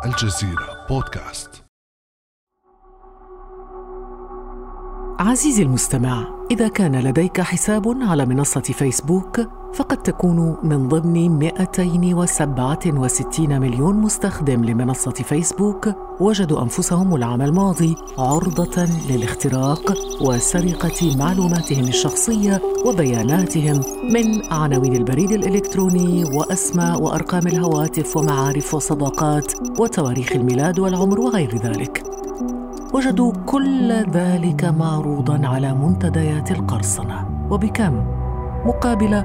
الجزيرة بودكاست. عزيزي المستمع، إذا كان لديك حساب على منصة فيسبوك فقد تكون من ضمن 267 مليون مستخدم لمنصة فيسبوك وجدوا أنفسهم العام الماضي عرضة للاختراق وسرقة معلوماتهم الشخصية وبياناتهم من عناوين البريد الإلكتروني وأسماء وأرقام الهواتف ومعارف وصداقات وتواريخ الميلاد والعمر وغير ذلك. وجدوا كل ذلك معروضاً على منتديات القرصنة، وبكم؟ مقابل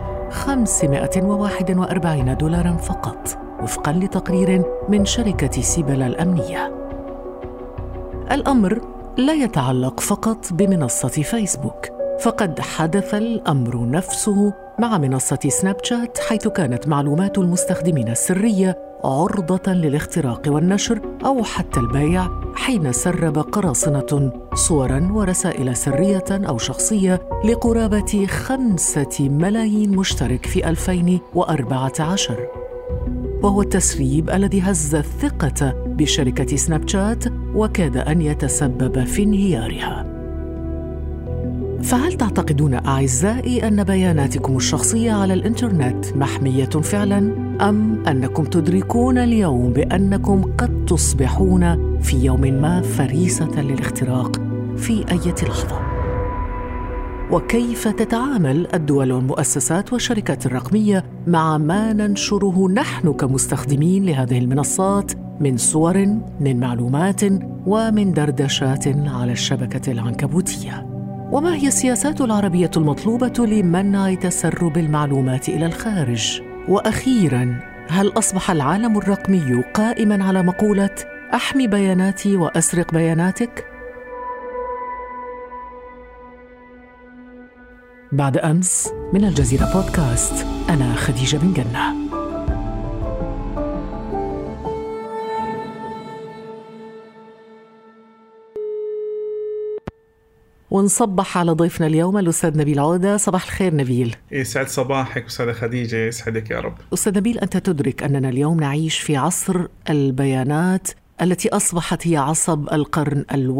$541 فقط، وفقاً لتقرير من شركة سيبلا الأمنية. الأمر لا يتعلق فقط بمنصة فيسبوك، فقد حدث الأمر نفسه مع منصة سناب شات، حيث كانت معلومات المستخدمين السرية عرضة للاختراق والنشر أو حتى البيع، حين سرب قراصنة صوراً ورسائل سرية أو شخصية لقرابة 5 ملايين مشترك في 2014، وهو التسريب الذي هز الثقة بشركة سناب شات وكاد أن يتسبب في انهيارها. فهل تعتقدون أعزائي أن بياناتكم الشخصية على الإنترنت محمية فعلاً؟ أم أنكم تدركون اليوم بأنكم قد تصبحون في يوم ما فريسة للاختراق في أي لحظة؟ وكيف تتعامل الدول والمؤسسات والشركات الرقمية مع ما ننشره نحن كمستخدمين لهذه المنصات من صور، من معلومات ومن دردشات على الشبكة العنكبوتية؟ وما هي السياسات العربية المطلوبة لمنع تسرب المعلومات إلى الخارج؟ وأخيراً، هل أصبح العالم الرقمي قائماً على مقولة أحمي بياناتي وأسرق بياناتك؟ بعد أمس من الجزيرة بودكاست، أنا خديجة بن جنة. ونصبح على ضيفنا اليوم الأستاذ نبيل عودة. صباح الخير نبيل. يسعد صباحك أستاذة خديجة، يسعدك يا رب. أستاذ نبيل، أنت تدرك أننا اليوم نعيش في عصر البيانات التي أصبحت هي عصب القرن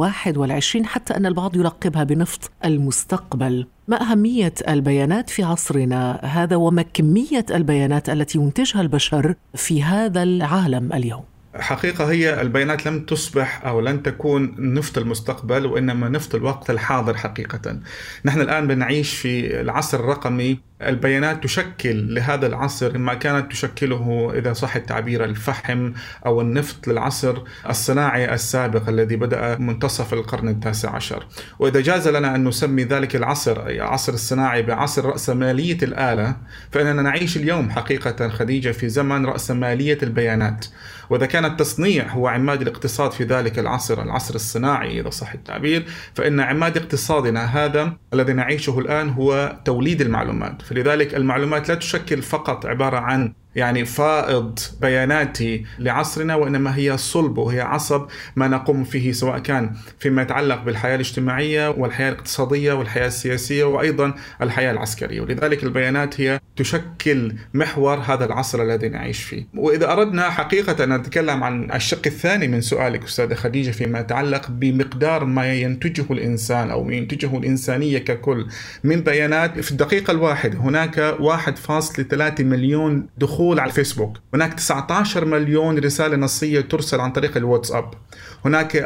21، حتى أن البعض يلقبها بنفط المستقبل. ما أهمية البيانات في عصرنا هذا، وما كمية البيانات التي ينتجها البشر في هذا العالم اليوم؟ حقيقة هي البيانات لم تصبح أو لن تكون نفط المستقبل، وإنما نفط الوقت الحاضر. حقيقة نحن الآن بنعيش في العصر الرقمي. البيانات تشكل لهذا العصر ما كانت تشكله، إذا صح التعبير، الفحم أو النفط للعصر الصناعي السابق الذي بدأ منتصف القرن 19. وإذا جاز لنا أن نسمي ذلك العصر، عصر الصناعي، بعصر رأسمالية الآلة، فإننا نعيش اليوم حقيقة خديجة في زمن رأسمالية البيانات. وإذا كان التصنيع هو عماد الاقتصاد في ذلك العصر، العصر الصناعي إذا صح التعبير، فإن عماد اقتصادنا هذا الذي نعيشه الآن هو توليد المعلومات. فلذلك المعلومات لا تشكل فقط عبارة عن فائض بياناتي لعصرنا، وإنما هي صلب وهي عصب ما نقوم فيه، سواء كان فيما يتعلق بالحياة الاجتماعية والحياة الاقتصادية والحياة السياسية وأيضا الحياة العسكرية. ولذلك البيانات هي تشكل محور هذا العصر الذي نعيش فيه. وإذا أردنا حقيقة أن نتكلم عن الشق الثاني من سؤالك أستاذة خديجة فيما يتعلق بمقدار ما ينتجه الإنسان أو ينتجه الإنسانية ككل من بيانات، في الدقيقة الواحدة هناك 1.3 مليون دخول على الفيسبوك، هناك 19 مليون رسالة نصية ترسل عن طريق الواتساب، هناك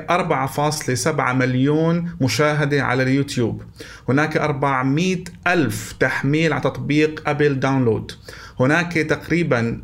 4.7 مليون مشاهدة على اليوتيوب، هناك 400 ألف تحميل على تطبيق أبل داونلود، هناك تقريبا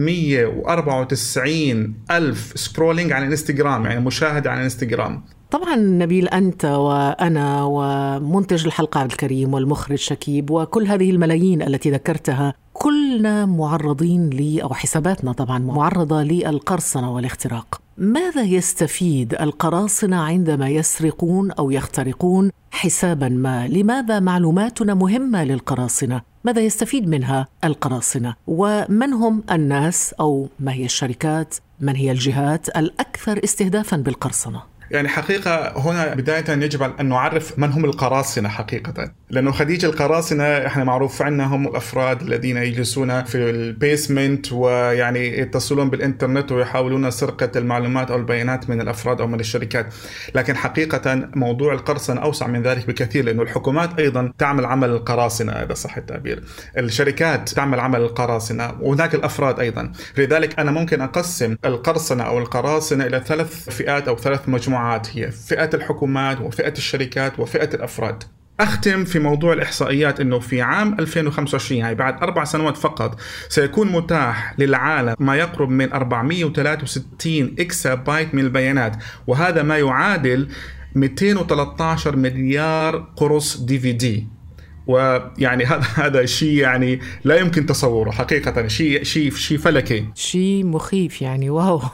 694 ألف سكرولينج على الانستغرام، يعني مشاهدة على الانستغرام. طبعا نبيل، أنت وأنا ومنتج الحلقة عبد الكريم والمخرج شكيب وكل هذه الملايين التي ذكرتها، كلنا معرضين أو حساباتنا طبعا معرضة للقرصنة والاختراق. ماذا يستفيد القراصنة عندما يسرقون أو يخترقون حسابا ما؟ لماذا معلوماتنا مهمة للقراصنة؟ ماذا يستفيد منها القراصنة؟ ومن هم الناس أو ما هي الشركات، من هي الجهات الأكثر استهدافا بالقرصنة؟ يعني حقيقة هنا بداية يجب أن نعرف من هم القراصنة حقيقة، لأنه خديج القراصنة إحنا معروف عنا هم الأفراد الذين يجلسون في البيسمنت ويعني يتصلون بالإنترنت ويحاولون سرقة المعلومات أو البيانات من الأفراد أو من الشركات. لكن حقيقة موضوع القرصنة أوسع من ذلك بكثير، لأنه الحكومات أيضا تعمل عمل القراصنة، هذا صح التعبير، الشركات تعمل عمل القراصنة، وهناك الأفراد أيضا. لذلك أنا ممكن أقسم القرصنة أو القراصنة إلى 3 فئات أو 3 مجموعات، هي فئة الحكومات وفئة الشركات وفئة الأفراد. أختم في موضوع الإحصائيات أنه في عام 2025 يعني بعد 4 سنوات فقط سيكون متاح للعالم ما يقرب من 463 إكسا بايت من البيانات، وهذا ما يعادل 213 مليار قرص DVD. ويعني هذا شيء يعني لا يمكن تصوره حقيقة، شيء فلكي، شيء مخيف يعني. واو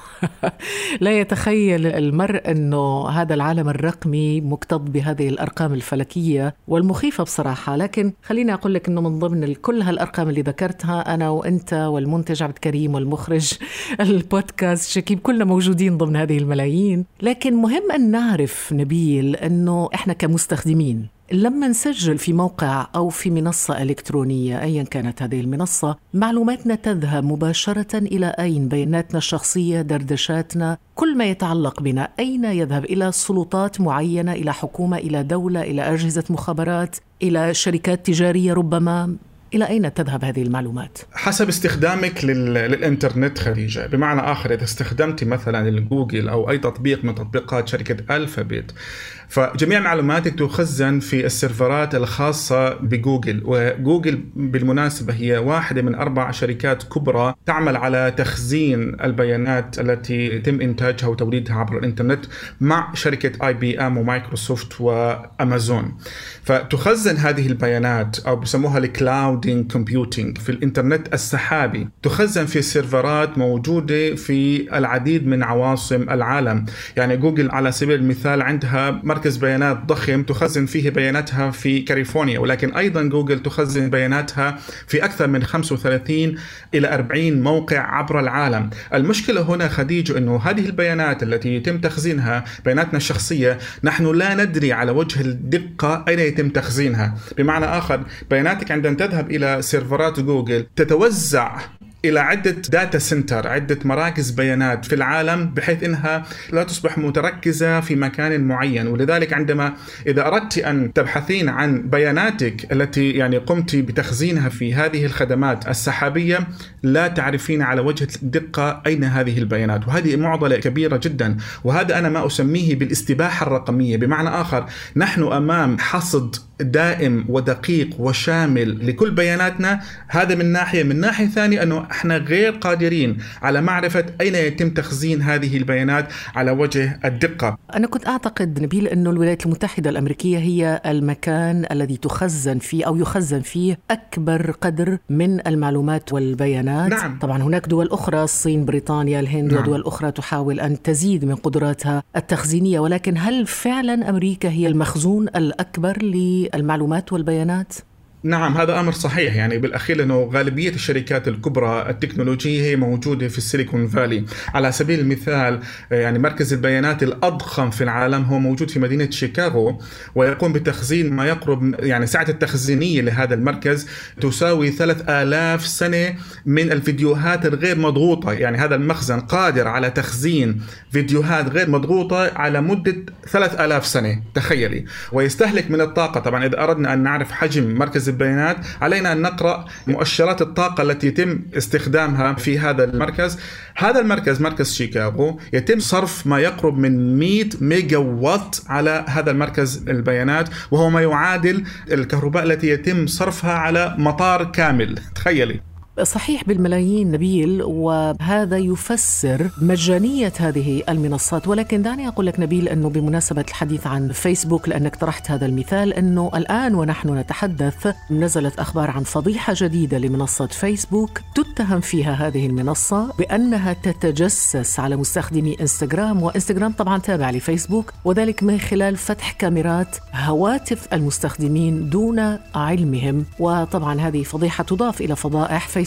لا يتخيل المرء أنه هذا العالم الرقمي مكتظ بهذه الأرقام الفلكية والمخيفة بصراحة. لكن خليني أقول لك أنه من ضمن كل هالأرقام اللي ذكرتها أنا وأنت والمنتج عبد الكريم والمخرج البودكاست شكيب كلنا موجودين ضمن هذه الملايين. لكن مهم أن نعرف نبيل أنه إحنا كمستخدمين لما نسجل في موقع أو في منصة إلكترونية أيا كانت هذه المنصة، معلوماتنا تذهب مباشرة إلى أين؟ بياناتنا الشخصية، دردشاتنا، كل ما يتعلق بنا أين يذهب؟ إلى سلطات معينة، إلى حكومة، إلى دولة، إلى أجهزة مخابرات، إلى شركات تجارية ربما. إلى أين تذهب هذه المعلومات؟ حسب استخدامك للإنترنت خديجة. بمعنى آخر، إذا استخدمتي مثلا الجوجل أو أي تطبيق من تطبيقات شركة ألفابت، فجميع معلوماتك تخزن في السيرفرات الخاصة بجوجل. وجوجل بالمناسبة هي واحدة من 4 شركات كبرى تعمل على تخزين البيانات التي يتم إنتاجها وتوليدها عبر الإنترنت مع شركة IBM ومايكروسوفت وأمازون. فتخزن هذه البيانات أو بسموها الكلاودينج كومبيوتينج في الإنترنت السحابي، تخزن في سيرفرات موجودة في العديد من عواصم العالم. يعني جوجل على سبيل المثال عندها مركز بيانات ضخم تخزن فيه بياناتها في كاليفورنيا، ولكن أيضا جوجل تخزن بياناتها في أكثر من 35 إلى 40 موقع عبر العالم. المشكلة هنا خديج أنه هذه البيانات التي يتم تخزينها، بياناتنا الشخصية، نحن لا ندري على وجه الدقة أين يتم تخزينها. بمعنى آخر، بياناتك عندما تذهب إلى سيرفرات جوجل تتوزع إلى عدة داتا سنتر، عدة مراكز بيانات في العالم، بحيث إنها لا تصبح متركزة في مكان معين. ولذلك عندما إذا أردت أن تبحثين عن بياناتك التي يعني قمت بتخزينها في هذه الخدمات السحابية، لا تعرفين على وجه الدقة أين هذه البيانات، وهذه معضلة كبيرة جدا. وهذا أنا ما أسميه بالاستباحة الرقمية. بمعنى آخر، نحن أمام حصد دائم ودقيق وشامل لكل بياناتنا. هذا من ناحية. من ناحية ثانية أنه احنا غير قادرين على معرفة أين يتم تخزين هذه البيانات على وجه الدقة. أنا كنت أعتقد نبيل أنه الولايات المتحدة الأمريكية هي المكان الذي تخزن فيه أو يخزن فيه أكبر قدر من المعلومات والبيانات. نعم. طبعا هناك دول أخرى، الصين، بريطانيا، الهند، نعم. ودول أخرى تحاول أن تزيد من قدراتها التخزينية. ولكن هل فعلا أمريكا هي المخزون الأكبر للمعلومات والبيانات؟ نعم، هذا أمر صحيح. يعني بالأخير أنه غالبية الشركات الكبرى التكنولوجية هي موجودة في السيليكون فالي. على سبيل المثال، يعني مركز البيانات الأضخم في العالم هو موجود في مدينة شيكاغو، ويقوم بتخزين ما يقرب، يعني سعة التخزينية لهذا المركز تساوي 3000 سنة من الفيديوهات الغير مضغوطة. يعني هذا المخزن قادر على تخزين فيديوهات غير مضغوطة على مدة 3000 سنة، تخيلي. ويستهلك من الطاقة. طبعا إذا أردنا أن نعرف حجم مركز البيانات، علينا أن نقرأ مؤشرات الطاقة التي يتم استخدامها في هذا المركز. هذا المركز، مركز شيكاغو، يتم صرف ما يقرب من 100 ميجا وات على هذا المركز البيانات، وهو ما يعادل الكهرباء التي يتم صرفها على مطار كامل، تخيلي. صحيح بالملايين نبيل، وهذا يفسر مجانية هذه المنصات. ولكن دعني أقول لك نبيل أنه بمناسبة الحديث عن فيسبوك، لأنك طرحت هذا المثال، أنه الآن ونحن نتحدث نزلت أخبار عن فضيحة جديدة لمنصة فيسبوك تتهم فيها هذه المنصة بأنها تتجسس على مستخدمي إنستغرام، وإنستغرام طبعا تابع لفيسبوك، وذلك من خلال فتح كاميرات هواتف المستخدمين دون علمهم. وطبعا هذه فضيحة تضاف إلى فضائح فيسبوك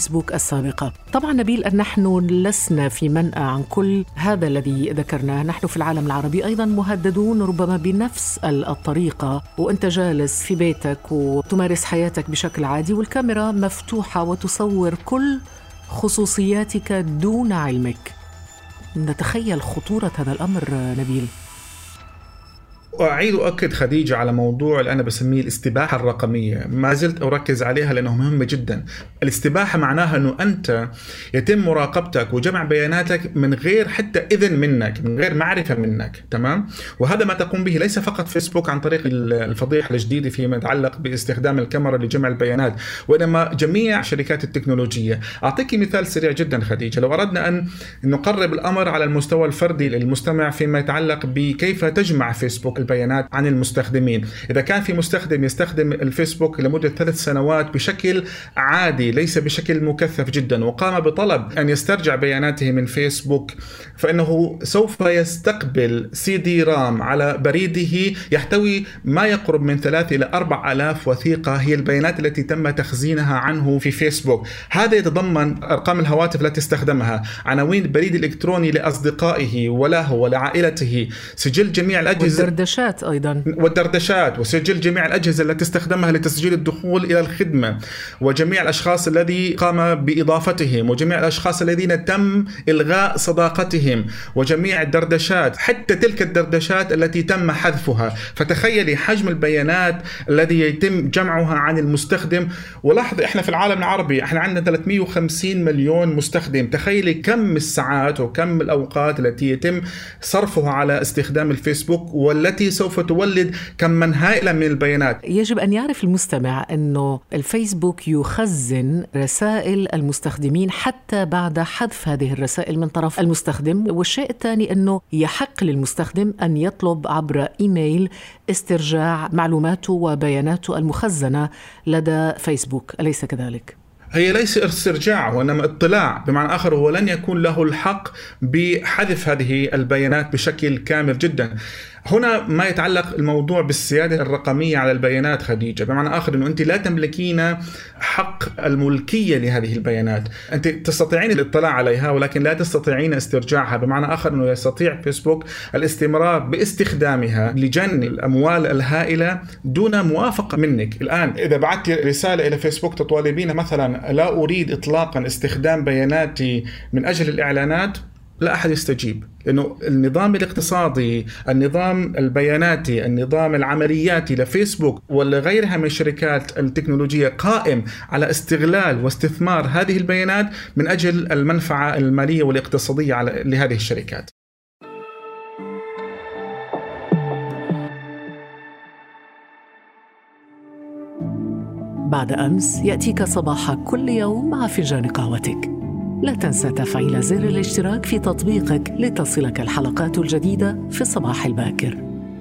فيسبوك السابقة. طبعا نبيل، نحن لسنا في منأى عن كل هذا الذي ذكرناه. نحن في العالم العربي أيضا مهددون ربما بنفس الطريقة، وأنت جالس في بيتك وتمارس حياتك بشكل عادي والكاميرا مفتوحة وتصور كل خصوصياتك دون علمك. نتخيل خطورة هذا الأمر نبيل. وأعيد وأكد خديجة على موضوع اللي أنا بسميه الاستباحة الرقمية، ما زلت أركز عليها لأنه مهمة جدا. الاستباحة معناها أنه أنت يتم مراقبتك وجمع بياناتك من غير حتى إذن منك، من غير معرفة منك، تمام؟ وهذا ما تقوم به ليس فقط فيسبوك عن طريق الفضيحة الجديدة فيما يتعلق باستخدام الكاميرا لجمع البيانات، وإنما جميع شركات التكنولوجيا. أعطيك مثال سريع جدا خديجة. لو أردنا أن نقرب الأمر على المستوى الفردي للمستمع فيما يتعلق بكيف تجمع فيسبوك البيانات عن المستخدمين، إذا كان في مستخدم يستخدم الفيسبوك لمدة 3 سنوات بشكل عادي ليس بشكل مكثف جدا، وقام بطلب أن يسترجع بياناته من فيسبوك، فإنه سوف يستقبل CD رام على بريده يحتوي ما يقرب من 3 إلى 4,000 وثيقة هي البيانات التي تم تخزينها عنه في فيسبوك. هذا يتضمن أرقام الهواتف التي استخدمها، عناوين البريد الإلكتروني لأصدقائه وله ولعائلته، سجل جميع الأجهزة والدردشات وسجل جميع الأجهزة التي استخدمها لتسجيل الدخول إلى الخدمة، وجميع الأشخاص الذي قام بإضافتهم، وجميع الأشخاص الذين تم إلغاء صداقتهم، وجميع الدردشات، حتى تلك الدردشات التي تم حذفها. فتخيلي حجم البيانات الذي يتم جمعها عن المستخدم. ولاحظ إحنا في العالم العربي إحنا عندنا 350 مليون مستخدم. تخيلي كم الساعات وكم الأوقات التي يتم صرفها على استخدام الفيسبوك، والتي سوف تولد كماً هائلا من البيانات. يجب أن يعرف المستمع أنه الفيسبوك يخزن رسائل المستخدمين حتى بعد حذف هذه الرسائل من طرف المستخدم. والشيء الثاني أنه يحق للمستخدم أن يطلب عبر إيميل استرجاع معلوماته وبياناته المخزنة لدى فيسبوك، أليس كذلك؟ هي ليس استرجاع وإنما اطلاع، بمعنى آخر هو لن يكون له الحق بحذف هذه البيانات بشكل كامل جدا. هنا ما يتعلق الموضوع بالسيادة الرقمية على البيانات خديجة، بمعنى آخر أنه أنت لا تملكين حق الملكية لهذه البيانات. أنت تستطيعين الاطلاع عليها ولكن لا تستطيعين استرجاعها، بمعنى آخر أنه يستطيع فيسبوك الاستمرار باستخدامها لجني الأموال الهائلة دون موافقة منك. الآن إذا بعثت رسالة إلى فيسبوك تطالبين مثلا لا أريد إطلاقا استخدام بياناتي من أجل الإعلانات، لا أحد يستجيب، لأنه النظام الاقتصادي، النظام البياناتي، النظام العملياتي لفيسبوك ولغيرها من الشركات التكنولوجية قائم على استغلال واستثمار هذه البيانات من أجل المنفعة المالية والاقتصادية لهذه الشركات. بعد أمس يأتيك صباح كل يوم مع فنجان قهوتك. لا تنسى تفعيل زر الاشتراك في تطبيقك لتصلك الحلقات الجديدة في الصباح الباكر.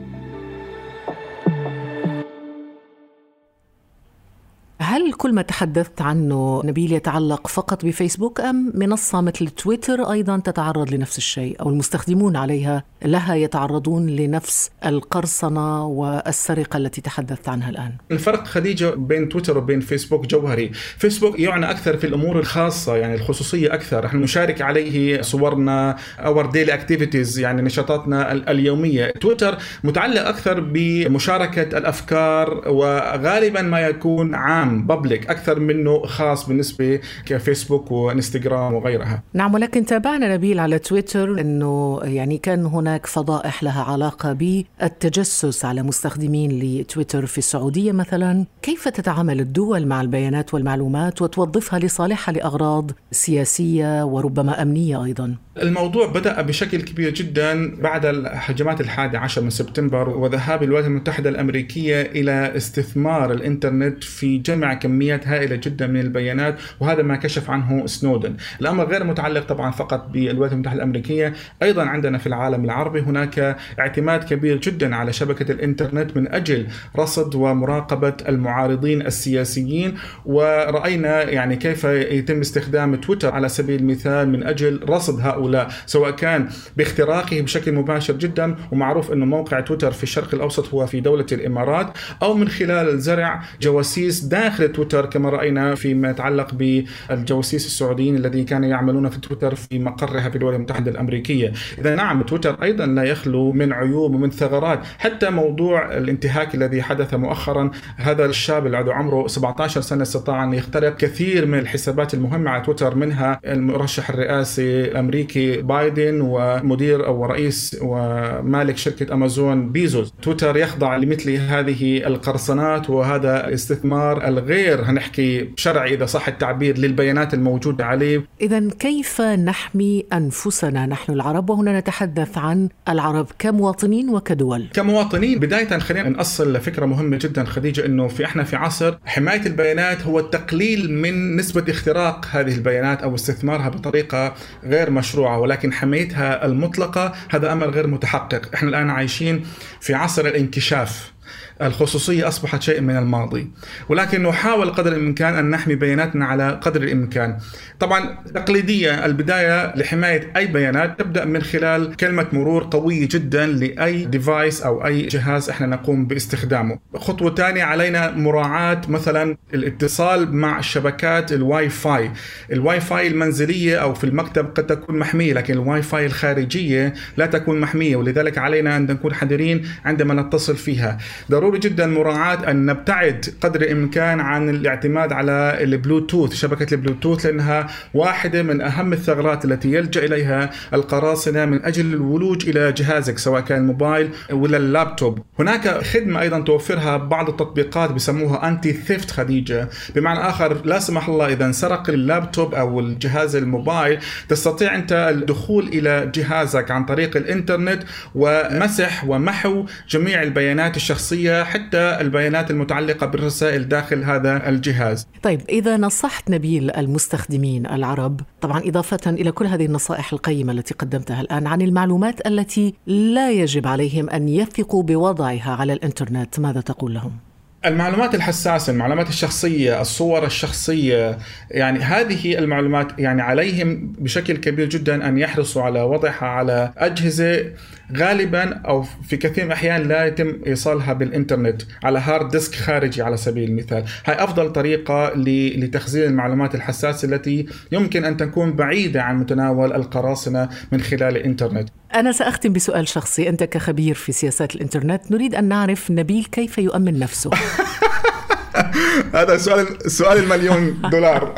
هل كل ما تحدثت عنه نبيل يتعلق فقط بفيسبوك، أم منصة مثل تويتر أيضا تتعرض لنفس الشيء، أو المستخدمون عليها لها يتعرضون لنفس القرصنة والسرقة التي تحدثت عنها الآن؟ الفرق خديجة بين تويتر وبين فيسبوك جوهري. فيسبوك يعنى أكثر في الأمور الخاصة، يعني الخصوصية أكثر، نحن نشارك عليه صورنا our daily activities، يعني نشاطاتنا اليومية. تويتر متعلق أكثر بمشاركة الأفكار، وغالبا ما يكون عام بابليك أكثر منه خاص بالنسبة كفيسبوك وإنستغرام وغيرها. نعم، ولكن تابعنا نبيل على تويتر أنه يعني كان هناك فضائح لها علاقة بالتجسس على مستخدمين لتويتر في السعودية مثلا. كيف تتعامل الدول مع البيانات والمعلومات وتوظفها لصالحها لأغراض سياسية وربما أمنية أيضا؟ الموضوع بدأ بشكل كبير جدا بعد الهجمات 11 من سبتمبر وذهاب الولايات المتحدة الأمريكية إلى استثمار الإنترنت في جمع كميات هائلة جدا من البيانات، وهذا ما كشف عنه سنودن. الأمر غير متعلق طبعا فقط بالولايات المتحدة الأمريكية، أيضا عندنا في العالم العربي هناك اعتماد كبير جدا على شبكة الإنترنت من أجل رصد ومراقبة المعارضين السياسيين. ورأينا يعني كيف يتم استخدام تويتر على سبيل المثال من أجل رصد هؤلاء، سواء كان باختراقه بشكل مباشر جدا، ومعروف أنه موقع تويتر في الشرق الأوسط هو في دولة الإمارات، أو من خلال زرع جواسيس داخل تويتر كما رأينا فيما يتعلق بالجواسيس السعوديين الذين كانوا يعملون في تويتر في مقرها في الولايات المتحدة الأمريكية. إذا نعم، تويتر أيضا لا يخلو من عيوب ومن ثغرات. حتى موضوع الانتهاك الذي حدث مؤخرا، هذا الشاب الذي عمره 17 سنة استطاع أن يخترق كثير من الحسابات المهمة على تويتر، منها المرشح الرئاسي الأمريكي بايدن ومدير أو رئيس ومالك شركة أمازون بيزوس. تويتر يخضع لمثل هذه القرصنات وهذا الاستثمار الغير هنحكي شرعي إذا صح التعبير للبيانات الموجودة عليه. إذن كيف نحمي أنفسنا نحن العرب، وهنا نتحدث عن العرب كمواطنين وكدول؟ كمواطنين بداية خلينا نأصل لفكرة مهمة جدا خديجة، إنه احنا في عصر حماية البيانات هو التقليل من نسبة اختراق هذه البيانات أو استثمارها بطريقة غير مشروعة، ولكن حمايتها المطلقة هذا أمر غير متحقق. احنا الآن عايشين في عصر الانكشاف، الخصوصية أصبحت شيء من الماضي، ولكن نحاول قدر الإمكان أن نحمي بياناتنا على قدر الإمكان. طبعا تقليدية البداية لحماية أي بيانات تبدأ من خلال كلمة مرور قوية جدا لأي ديفايس أو أي جهاز احنا نقوم باستخدامه. خطوة ثانية علينا مراعاة مثلا الاتصال مع الشبكات الواي فاي. الواي فاي المنزلية أو في المكتب قد تكون محمية، لكن الواي فاي الخارجية لا تكون محمية، ولذلك علينا أن نكون حذرين عندما نتصل فيها. ضروري جدا مراعاة أن نبتعد قدر الإمكان عن الاعتماد على البلوتوث، شبكة البلوتوث، لأنها واحدة من أهم الثغرات التي يلجأ إليها القراصنة من أجل الولوج إلى جهازك سواء كان موبايل ولا اللابتوب. هناك خدمة أيضا توفرها بعض التطبيقات بسموها أنتي ثيفت خديجة، بمعنى آخر لا سمح الله إذا انسرق اللابتوب أو الجهاز الموبايل تستطيع أنت الدخول إلى جهازك عن طريق الإنترنت ومسح ومحو جميع البيانات الشخصية حتى البيانات المتعلقة بالرسائل داخل هذا الجهاز. طيب إذا نصحت نبيل المستخدمين العرب، طبعا إضافة إلى كل هذه النصائح القيمة التي قدمتها الآن، عن المعلومات التي لا يجب عليهم أن يثقوا بوضعها على الإنترنت، ماذا تقول لهم؟ المعلومات الحساسة، المعلومات الشخصية، الصور الشخصية، يعني هذه المعلومات يعني عليهم بشكل كبير جدا أن يحرصوا على وضعها على أجهزة غالبا أو في كثير من الأحيان لا يتم إيصالها بالإنترنت، على هارد ديسك خارجي على سبيل المثال. هاي أفضل طريقة لتخزين المعلومات الحساسة التي يمكن أن تكون بعيدة عن متناول القراصنة من خلال الإنترنت. أنا سأختم بسؤال شخصي، أنت كخبير في سياسات الإنترنت نريد أن نعرف نبيل كيف يؤمن نفسه. هذا سؤال المليون دولار.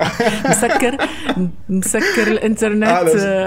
مسكر الانترنت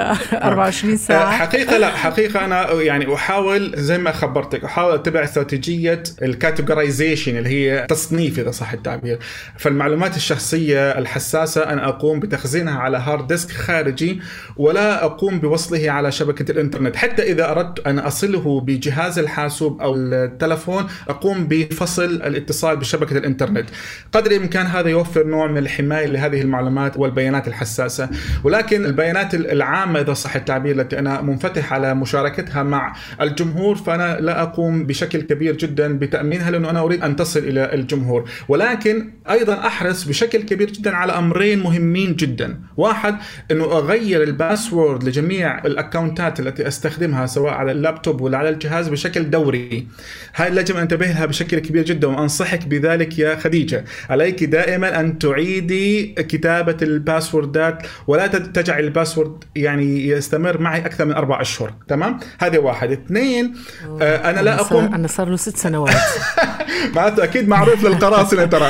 24 ساعة. حقيقة أنا يعني أحاول زي ما خبرتك، أحاول أتبع استراتيجية الكاتيجورايزيشن اللي هي تصنيف إذا صح التعبير. فالمعلومات الشخصية الحساسة أنا أقوم بتخزينها على هارد ديسك خارجي، ولا أقوم بوصله على شبكة الإنترنت. حتى إذا أردت أن أصله بجهاز الحاسوب أو التلفون أقوم بفصل الاتصال بشبكة الإنترنت. قدر الإمكان هذا يوفر نوع من الحماية لهذه المعلومات والبيانات الحساسة. ولكن البيانات العامة إذا صح التعبير التي أنا منفتح على مشاركتها مع الجمهور، فأنا لا أقوم بشكل كبير جدا بتأمينها، لأنه أنا أريد أن تصل إلى الجمهور. ولكن أيضا أحرص بشكل كبير جدا على أمرين مهمين جدا. واحد، أنه أغير الباسورد لجميع الأكاونتات التي أستخدمها سواء على اللابتوب ولا على الجهاز بشكل دوري. هاي لازم أنتبه لها بشكل كبير جدا، وأنصحك بذلك يا خديجة. عليك دائما أن تعيدي كتابة الباسوردات، ولا تجعل الباسورد يعني يستمر معي أكثر من 4 أشهر. تمام؟ هذا واحد. 2، أنا لا أقوم. أنا صار له 6 سنوات. معناته أكيد معروف للقراصنة ترى.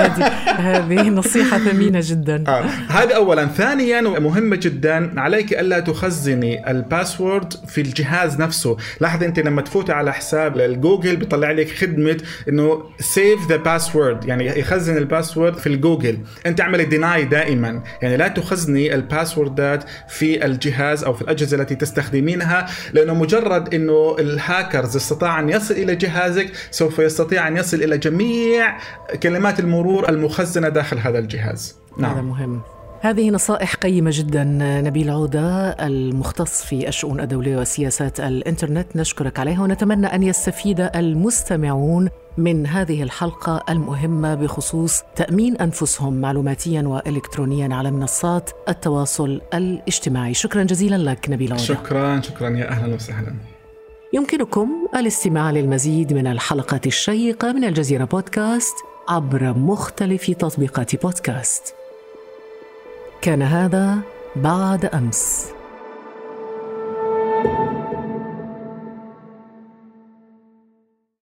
هذه نصيحة ثمينة جدا. هذا أولا. ثانيا ومهمة جدا، عليك ألا تخزني الباسورد في الجهاز نفسه. لاحظ أنت لما تفوت على حساب الجوجل بيطلع لك خدمة إنه save the password، يعني يخزن الباسورد في الجوجل. أنت اعمل ديناي دائما، يعني لا تخزني الباسوردات في الجهاز أو في الأجهزة التي تستخدمينها، لأنه مجرد إنه الهاكرز استطاع أن يصل إلى جهازك سوف يستطيع أن يصل إلى جميع كلمات المرور المخزنة داخل هذا الجهاز. نعم. هذا مهم. هذه نصائح قيمة جدا. نبيل عودة المختص في الشؤون الدولية وسياسات الإنترنت، نشكرك عليها، ونتمنى أن يستفيد المستمعون من هذه الحلقة المهمة بخصوص تأمين أنفسهم معلوماتيا وإلكترونيا على منصات التواصل الاجتماعي. شكرا جزيلا لك نبيل عودة. شكرا يا أهلا وسهلا. يمكنكم الاستماع للمزيد من الحلقات الشيقة من الجزيرة بودكاست عبر مختلف تطبيقات بودكاست. كان هذا بعد أمس.